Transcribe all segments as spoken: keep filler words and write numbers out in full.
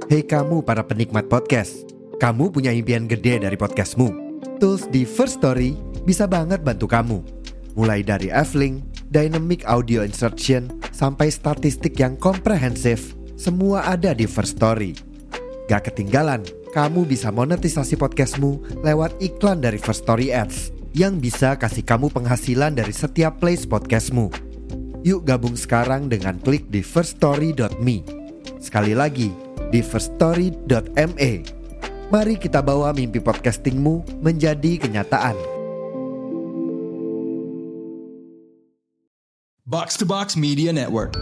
Hei kamu para penikmat podcast, kamu punya impian gede dari podcastmu? Tools di First Story bisa banget bantu kamu. Mulai dari F-Link, Dynamic Audio Insertion, sampai statistik yang komprehensif, semua ada di First Story. Gak ketinggalan, kamu bisa monetisasi podcastmu lewat iklan dari First Story Ads yang bisa kasih kamu penghasilan dari setiap plays podcastmu. Yuk gabung sekarang dengan klik di first story dot me. Sekali lagi, di first story dot me. Mari kita bawa mimpi podcastingmu menjadi kenyataan. Box to Box Media Network.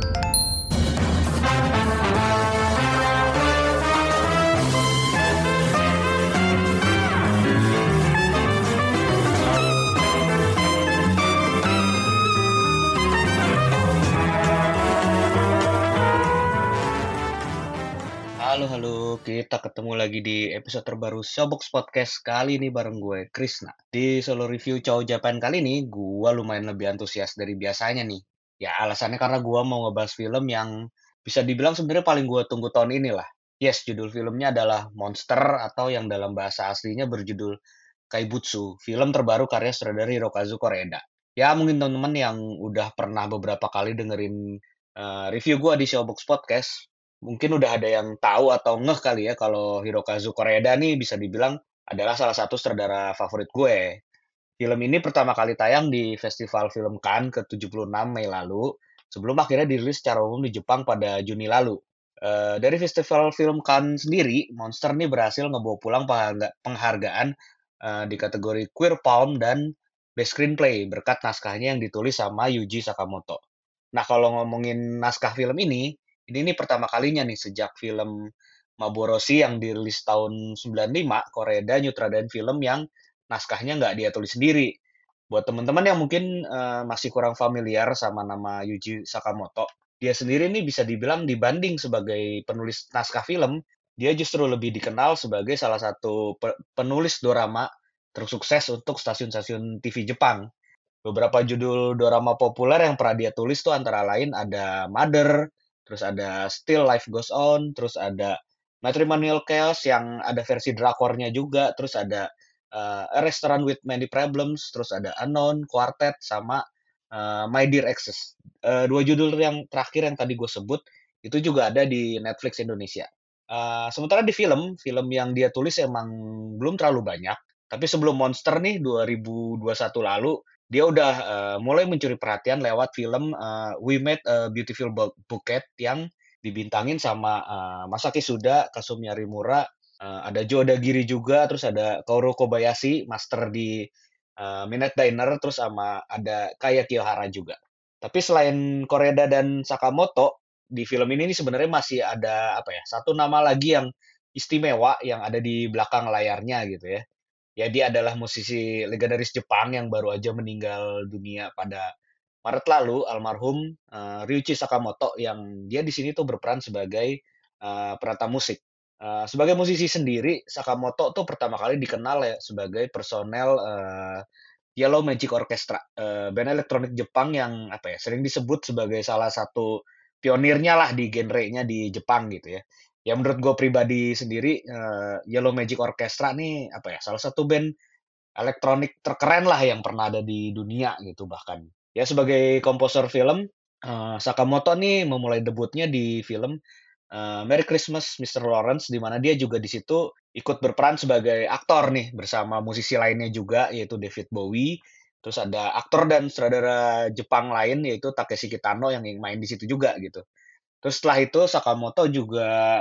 Halo, halo. Kita ketemu lagi di episode terbaru Showbox Podcast. Kali ini bareng gue, Krisna. Di solo review Chow Japan kali ini, gue lumayan lebih antusias dari biasanya nih. Ya, alasannya karena gue mau ngebahas film yang bisa dibilang sebenarnya paling gue tunggu tahun ini lah. Yes, judul filmnya adalah Monster atau yang dalam bahasa aslinya berjudul Kaibutsu, film terbaru karya sutradara Hirokazu Koreeda. Ya, mungkin teman-teman yang udah pernah beberapa kali dengerin uh, review gue di Showbox Podcast, mungkin udah ada yang tahu atau ngeh kali ya kalau Hirokazu Koreeda nih bisa dibilang adalah salah satu sutradara favorit gue. Film ini pertama kali tayang di Festival Film Cannes ke tujuh puluh enam Mei lalu, sebelum akhirnya dirilis secara umum di Jepang pada Juni lalu. Eh, dari Festival Film Cannes sendiri, Monster nih berhasil ngebawa pulang pengharga- penghargaan eh, di kategori Queer Palm dan Best Screenplay berkat naskahnya yang ditulis sama Yuji Sakamoto. Nah, kalau ngomongin naskah film ini, ini nih pertama kalinya nih sejak film Maboroshi yang dirilis tahun sembilan puluh lima, Koreeda nyutradain film yang naskahnya nggak dia tulis sendiri. Buat teman-teman yang mungkin eh, masih kurang familiar sama nama Yuji Sakamoto, dia sendiri nih bisa dibilang dibanding sebagai penulis naskah film, dia justru lebih dikenal sebagai salah satu pe- penulis dorama tersukses untuk stasiun-stasiun T V Jepang. Beberapa judul dorama populer yang pernah dia tulis tuh antara lain ada Mother, terus ada Still Life Goes On, terus ada Matrimonial Chaos yang ada versi drakornya juga, terus ada uh, A Restaurant with Many Problems, terus ada Unknown, Quartet, sama uh, My Dear Exes. Uh, dua judul yang terakhir yang tadi gue sebut, itu juga ada di Netflix Indonesia. Uh, sementara di film, film yang dia tulis emang belum terlalu banyak, tapi sebelum Monster nih dua ribu dua puluh satu lalu, dia udah uh, mulai mencuri perhatian lewat film uh, We Met a Beautiful Bouquet yang dibintangin sama uh, Masaki Suda, Kazumi Rimura, uh, ada Joe Dagiri juga, terus ada Kaoru Kobayashi, master di uh, Midnight Diner, terus sama ada Kaya Kiyohara juga. Tapi selain Koreeda dan Sakamoto, di film ini nih sebenarnya masih ada apa ya, satu nama lagi yang istimewa yang ada di belakang layarnya gitu ya. Ya, dia adalah musisi legendaris Jepang yang baru aja meninggal dunia pada Maret lalu, almarhum eh, Ryuichi Sakamoto, yang dia di sini tuh berperan sebagai eh, penata musik. Eh, sebagai musisi sendiri, Sakamoto tuh pertama kali dikenal ya sebagai personel eh, Yellow Magic Orchestra, eh, band elektronik Jepang yang apa ya sering disebut sebagai salah satu pionirnya lah di genrenya di Jepang gitu ya. Ya menurut gue pribadi sendiri, eh, Yellow Magic Orchestra nih apa ya salah satu band elektronik terkeren lah yang pernah ada di dunia gitu bahkan. Ya sebagai komposer film, eh, Sakamoto nih memulai debutnya di film eh, Merry Christmas mister Lawrence, di mana dia juga di situ ikut berperan sebagai aktor nih bersama musisi lainnya juga yaitu David Bowie. Terus ada aktor dan sutradara Jepang lain yaitu Takeshi Kitano yang main di situ juga gitu. Terus setelah itu Sakamoto juga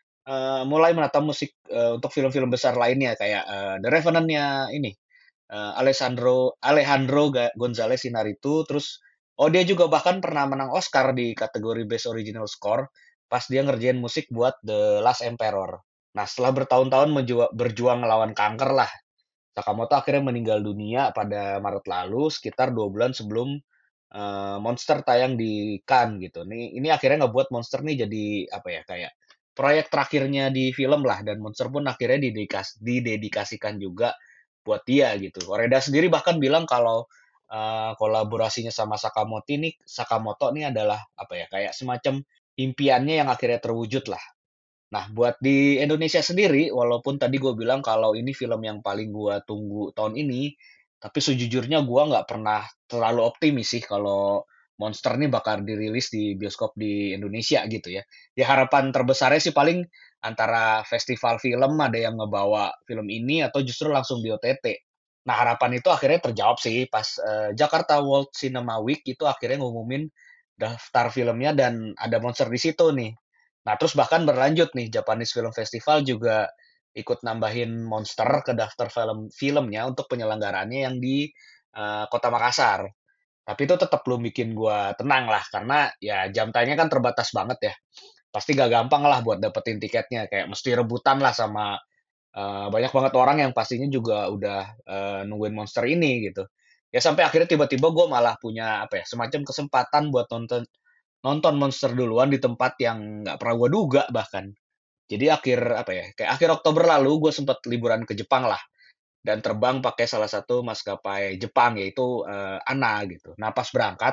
eh, mulai menata musik eh, untuk film-film besar lainnya kayak eh, The Revenant-nya ini eh, Alessandro Alejandro Ga- Gonzalez Inarritu. Terus oh dia juga bahkan pernah menang Oscar di kategori Best Original Score pas dia ngerjain musik buat The Last Emperor. Nah, setelah bertahun-tahun menjua- berjuang melawan kanker lah, Sakamoto akhirnya meninggal dunia pada Maret lalu sekitar dua bulan sebelum eh, Monster tayang di Cannes gitu. Nih ini akhirnya ngebuat Monster nih jadi apa ya kayak proyek terakhirnya di film lah, dan Monster pun akhirnya didedikas- didedikasikan juga buat dia gitu. Koreda sendiri bahkan bilang kalau eh, kolaborasinya sama Sakamoto ini Sakamoto ini adalah apa ya kayak semacam impiannya yang akhirnya terwujud lah. Nah, buat di Indonesia sendiri, walaupun tadi gue bilang kalau ini film yang paling gue tunggu tahun ini, tapi sejujurnya gue nggak pernah terlalu optimis sih kalau Monster ini bakal dirilis di bioskop di Indonesia gitu ya. Ya harapan terbesarnya sih paling antara festival film ada yang ngebawa film ini atau justru langsung di O T T. Nah, harapan itu akhirnya terjawab sih pas eh, Jakarta World Cinema Week itu akhirnya ngumumin daftar filmnya dan ada Monster di situ nih. Nah, terus bahkan berlanjut nih, Japanese Film Festival juga ikut nambahin Monster ke daftar film filmnya untuk penyelenggaraannya yang di eh, Kota Makassar. Tapi itu tetap belum bikin gua tenang lah, karena ya jam tayangnya kan terbatas banget ya. Pasti gak gampang lah buat dapetin tiketnya, kayak mesti rebutan lah sama eh, banyak banget orang yang pastinya juga udah eh, nungguin Monster ini gitu. Ya sampai akhirnya tiba-tiba gue malah punya apa ya semacam kesempatan buat nonton nonton Monster duluan di tempat yang nggak pernah gue duga bahkan. Jadi akhir apa ya, kayak akhir Oktober lalu gue sempat liburan ke Jepang lah dan terbang pakai salah satu maskapai Jepang yaitu eh, ANA gitu. Nah pas berangkat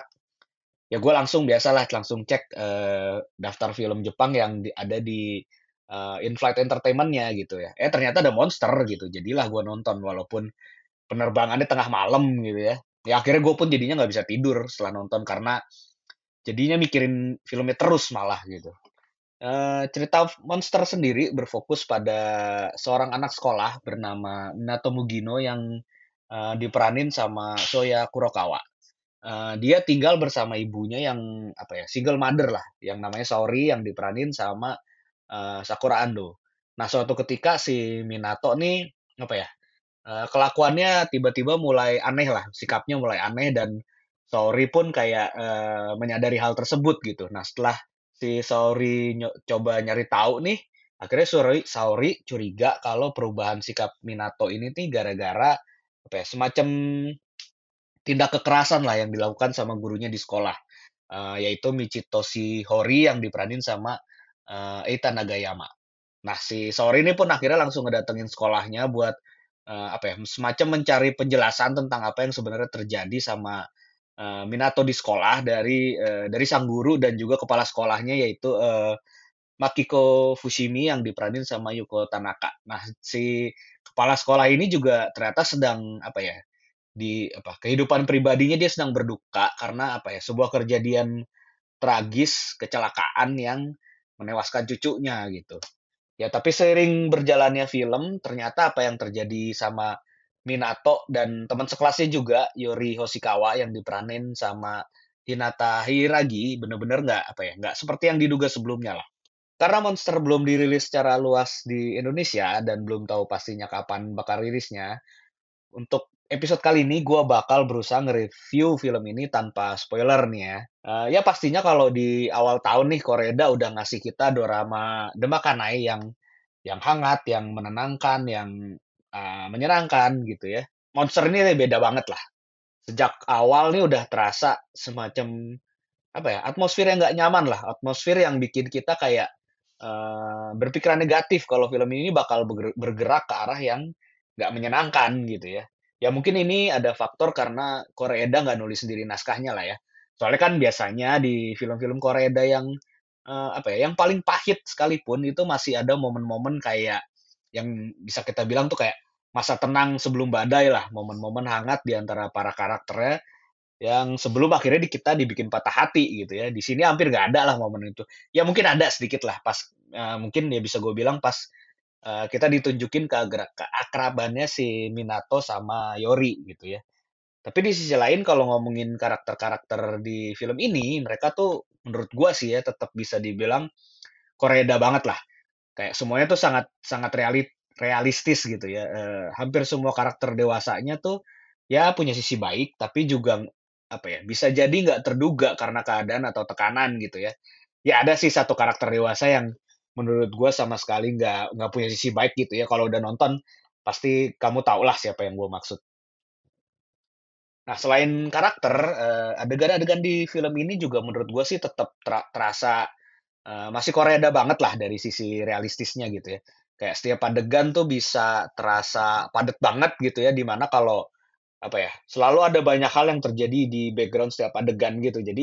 ya gue langsung biasalah langsung cek eh, daftar film Jepang yang di- ada di eh, in-flight entertainment-nya gitu ya. Eh ternyata ada Monster gitu. Jadilah gue nonton walaupun penerbangannya tengah malam gitu ya. Ya akhirnya gue pun jadinya nggak bisa tidur setelah nonton karena jadinya mikirin filmnya terus malah gitu. Eee, cerita Monster sendiri berfokus pada seorang anak sekolah bernama Minato Mugino yang, eee, diperanin sama Shoya Kurokawa. Eee, dia tinggal bersama ibunya yang, apa ya, single mother lah, yang namanya Saori yang diperanin sama, eee, Sakura Ando. Nah, suatu ketika si Minato nih, apa ya, eee, kelakuannya tiba-tiba mulai aneh lah, sikapnya mulai aneh dan Saori pun kayak, eee, menyadari hal tersebut gitu. Nah, setelah si Saori nyo coba nyari tahu nih, akhirnya Saori Saori curiga kalau perubahan sikap Minato ini nih gara-gara, apa ya, semacam tindak kekerasan lah yang dilakukan sama gurunya di sekolah, eee, yaitu Michitoshi Hori yang diperanin sama, eee, Eita Nagayama. Nah, si Saori ini pun akhirnya langsung ngedatengin sekolahnya buat, eee, apa ya, semacam mencari penjelasan tentang apa yang sebenarnya terjadi sama, eee, Minato di sekolah dari, eee, dari sang guru dan juga kepala sekolahnya yaitu, eee, Makiko Fushimi yang diperanin sama Yuko Tanaka. Nah, si kepala sekolah ini juga ternyata sedang, apa ya, di apa, kehidupan pribadinya dia sedang berduka karena, apa ya, sebuah kejadian tragis, kecelakaan yang menewaskan cucunya gitu. Ya, tapi seiring berjalannya film, ternyata apa yang terjadi sama Minato dan teman sekelasnya juga, Yori Hoshikawa yang diperanin sama Hinata Hiragi, bener-bener nggak apa ya, nggak seperti yang diduga sebelumnya lah. Karena Monster belum dirilis secara luas di Indonesia dan belum tahu pastinya kapan bakal rilisnya, untuk episode kali ini gue bakal berusaha nge-review film ini tanpa spoiler nih ya. Eh, ya pastinya kalau di awal tahun nih Koreda udah ngasih kita dorama Demakanai yang yang hangat, yang menenangkan, yang eh, menyenangkan gitu ya. Monster ini beda banget lah. Sejak awal nih udah terasa semacam apa ya, atmosfer yang nggak nyaman lah, atmosfer yang bikin kita kayak, eee, berpikiran negatif kalau film ini bakal beger bergerak ke arah yang nggak menyenangkan gitu ya. Ya mungkin ini ada faktor karena Koreeda nggak nulis sendiri naskahnya lah ya. Soalnya kan biasanya di film-film Koreeda yang, eee, apa ya, yang paling pahit sekalipun itu masih ada momen-momen kayak yang bisa kita bilang tuh kayak masa tenang sebelum badai lah, momen-momen hangat di antara para karakternya yang sebelum akhirnya di kita dibikin patah hati gitu ya. Di sini hampir nggak ada lah momen itu. Ya mungkin ada sedikit lah pas, eee, mungkin ya bisa gue bilang pas, eee, kita ditunjukin keagra keakrabannya si Minato sama Yori gitu ya. Tapi di sisi lain kalau ngomongin karakter-karakter di film ini, mereka tuh menurut gua sih ya tetap bisa dibilang Koreeda banget lah. Kayak semuanya tuh sangat sangat reali realistis gitu ya, eee, hampir semua karakter dewasanya tuh, ya punya sisi baik, tapi juga, apa ya, bisa jadi nggak terduga karena keadaan atau tekanan gitu ya. Ya ada sih satu karakter dewasa yang menurut gue sama sekali nggak nggak punya sisi baik gitu ya, kalau udah nonton pasti kamu tahulah siapa yang gue maksud. Nah selain karakter, eee, adegan-adegan di film ini juga menurut gue sih tetap tera terasa Eee, masih Koreeda banget lah dari sisi realistisnya gitu ya. Kayak setiap adegan tuh bisa terasa padat banget gitu ya, di mana kalau, apa ya, selalu ada banyak hal yang terjadi di background setiap adegan gitu. Jadi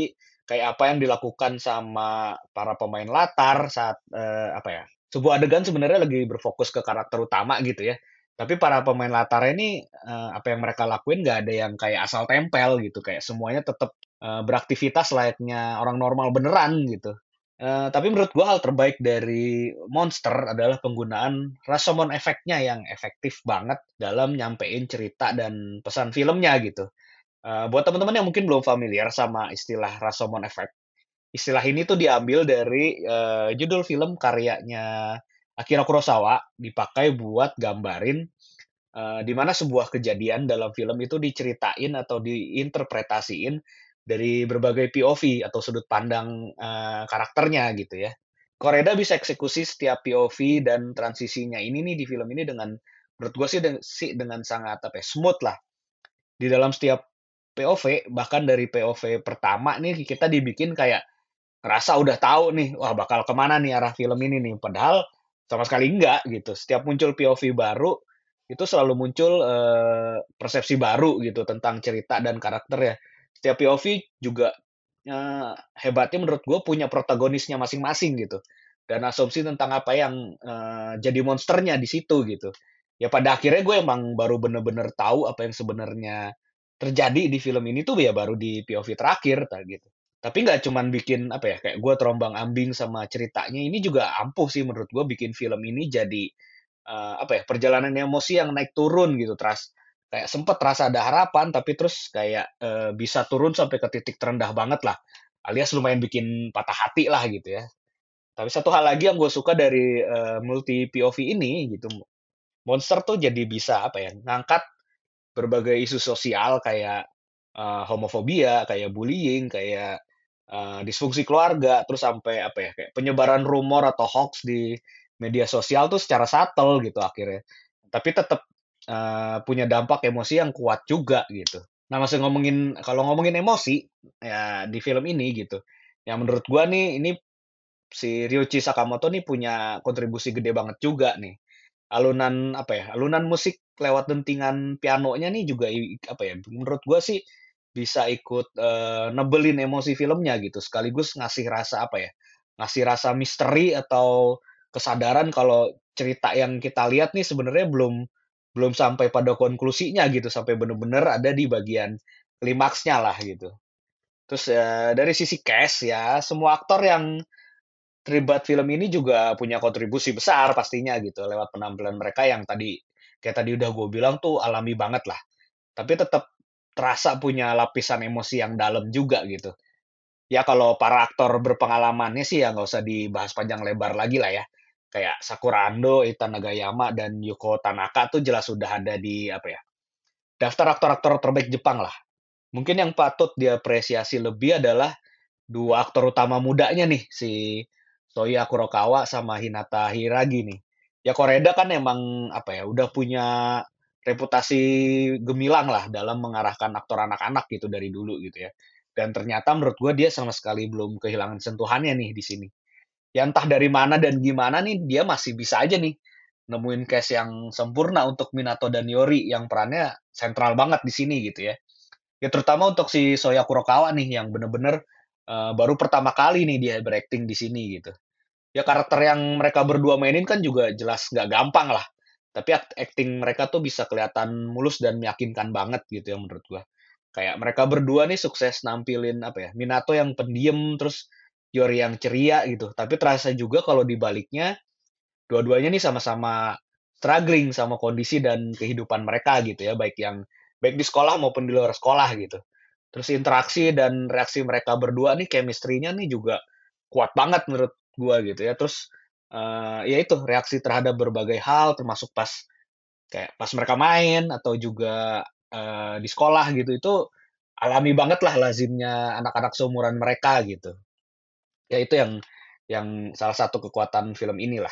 kayak apa yang dilakukan sama para pemain latar saat eh, apa ya, sebuah adegan sebenarnya lagi berfokus ke karakter utama gitu ya. Tapi para pemain latar ini eh, apa yang mereka lakuin nggak ada yang kayak asal tempel gitu, kayak semuanya tetap eh, beraktivitas layaknya orang normal beneran gitu. Eh, tapi menurut gua hal terbaik dari Monster adalah penggunaan Rashomon efeknya yang efektif banget dalam nyampein cerita dan pesan filmnya gitu. Eh, buat teman-teman yang mungkin belum familiar sama istilah Rashomon Effect, istilah ini tuh diambil dari eh, judul film karyanya Akira Kurosawa, dipakai buat gambarin eh, di mana sebuah kejadian dalam film itu diceritain atau diinterpretasiin dari berbagai P O V atau sudut pandang eh, karakternya gitu ya. Koreda bisa eksekusi setiap P O V dan transisinya ini nih di film ini dengan menurut gue sih, de- sih dengan sangat apa ya, smooth lah. Di dalam setiap P O V, bahkan dari P O V pertama nih kita dibikin kayak ngerasa udah tahu nih, wah bakal kemana nih arah film ini nih. Padahal sama sekali enggak gitu. Setiap muncul P O V baru, itu selalu muncul eh, persepsi baru gitu tentang cerita dan karakter ya. Setiap P O V juga eh, hebatnya menurut gue punya protagonisnya masing-masing gitu. Dan asumsi tentang apa yang eh, jadi monsternya di situ gitu. Ya pada akhirnya gue emang baru bener-bener tahu apa yang sebenarnya terjadi di film ini tuh ya baru di P O V terakhir gitu. Tapi nggak cuman bikin apa ya, kayak gue terombang-ambing sama ceritanya, ini juga ampuh sih menurut gue bikin film ini jadi eh, apa ya, perjalanan emosi yang naik turun gitu. Teras kayak sempet terasa ada harapan tapi terus kayak eh, bisa turun sampai ke titik terendah banget lah, alias lumayan bikin patah hati lah gitu ya. Tapi satu hal lagi yang gue suka dari eh, multi P O V ini gitu, Monster tuh jadi bisa apa ya, ngangkat berbagai isu sosial kayak eh, homofobia, kayak bullying, kayak eh, disfungsi keluarga, terus sampai apa ya, kayak penyebaran rumor atau hoax di media sosial tuh secara subtle gitu akhirnya. Tapi tetap eh, punya dampak emosi yang kuat juga gitu. Nah, masih ngomongin kalau ngomongin emosi ya di film ini gitu. Yang menurut gua nih ini si Ryuichi Sakamoto nih punya kontribusi gede banget juga nih. Alunan apa ya, alunan musik lewat dentingan pianonya nih juga i apa ya, menurut gua sih bisa ikut, eee, nebelin emosi filmnya gitu, sekaligus ngasih rasa apa ya, ngasih rasa misteri atau kesadaran kalau cerita yang kita lihat nih sebenarnya belum belum sampai pada konklusinya gitu, sampai bener-bener ada di bagian klimaksnya lah gitu. Terus, eee, dari sisi cast ya, semua aktor yang terlibat film ini juga punya kontribusi besar pastinya gitu, lewat penampilan mereka yang tadi kayak tadi udah gue bilang tuh alami banget lah. Tapi tetap terasa punya lapisan emosi yang dalam juga gitu. Ya kalau para aktor berpengalamannya sih ya nggak usah dibahas panjang lebar lagi lah ya. Kayak Sakura Ando, Ita Nagayama, dan Yuko Tanaka tuh jelas sudah ada di apa ya, daftar aktor-aktor terbaik Jepang lah. Mungkin yang patut diapresiasi lebih adalah dua aktor utama mudanya nih, si Soya Kurokawa sama Hinata Hiragi nih. Ya Koreda kan emang apa ya, udah punya reputasi gemilang lah dalam mengarahkan aktor anak-anak gitu dari dulu gitu ya. Dan ternyata menurut gue dia sama sekali belum kehilangan sentuhannya nih di sini. Ya entah dari mana dan gimana nih dia masih bisa aja nih nemuin cast yang sempurna untuk Minato dan Yori yang perannya sentral banget di sini gitu ya. Ya terutama untuk si Soya Kurokawa nih yang bener-bener eh, baru pertama kali nih dia berakting di sini gitu. Ya karakter yang mereka berdua mainin kan juga jelas nggak gampang lah. Tapi act- acting mereka tuh bisa kelihatan mulus dan meyakinkan banget gitu ya menurut gua. Kayak mereka berdua nih sukses nampilin apa ya, Minato yang pendiam, terus Yori yang ceria gitu. Tapi terasa juga kalau di baliknya dua-duanya nih sama-sama struggling sama kondisi dan kehidupan mereka gitu ya, baik yang baik di sekolah maupun di luar sekolah gitu. Terus interaksi dan reaksi mereka berdua nih chemistry-nya nih juga kuat banget menurut gua gitu ya. Terus eh, ya itu reaksi terhadap berbagai hal termasuk pas kayak pas mereka main atau juga eh, di sekolah gitu itu alami banget lah lazimnya anak-anak seumuran mereka gitu. Ya itu yang yang salah satu kekuatan film inilah.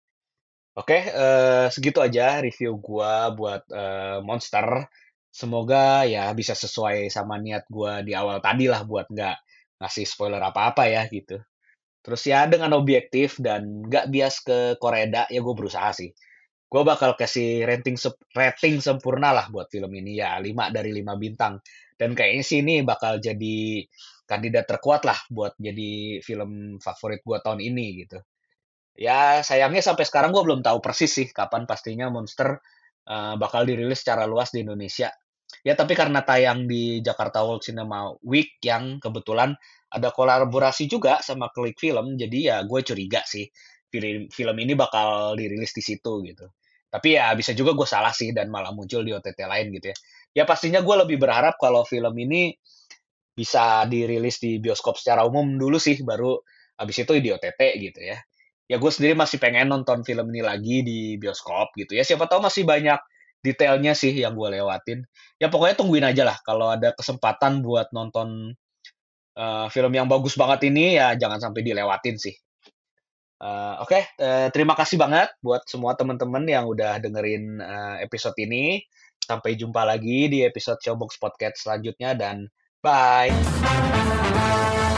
Oke, eh, segitu aja review gua buat eh, Monster. Semoga ya bisa sesuai sama niat gua di awal tadi lah buat nggak ngasih spoiler apa-apa ya gitu. Terus ya dengan objektif dan nggak bias ke Koreda ya gue berusaha sih. Gue bakal kasih rating sep- rating sempurna lah buat film ini ya lima dari lima bintang. Dan kayaknya sih ini bakal jadi kandidat terkuat lah buat jadi film favorit gue tahun ini gitu. Ya sayangnya sampai sekarang gue belum tahu persis sih kapan pastinya Monster uh, bakal dirilis secara luas di Indonesia. Ya tapi karena tayang di Jakarta World Cinema Week yang kebetulan ada kolaborasi juga sama Klik Film, jadi ya gue curiga sih film film ini bakal dirilis di situ gitu. Tapi ya bisa juga gue salah sih dan malah muncul di O T T lain gitu ya. Ya pastinya gue lebih berharap kalau film ini bisa dirilis di bioskop secara umum dulu sih, baru habis itu di O T T gitu ya. Ya gue sendiri masih pengen nonton film ini lagi di bioskop gitu ya. Siapa tahu masih banyak detailnya sih yang gue lewatin. Ya pokoknya tungguin aja lah kalau ada kesempatan buat nonton uh, film yang bagus banget ini ya jangan sampai dilewatin sih. Uh, Oke, okay, uh, terima kasih banget buat semua teman-teman yang udah dengerin uh, episode ini. Sampai jumpa lagi di episode Showbox Podcast selanjutnya dan bye.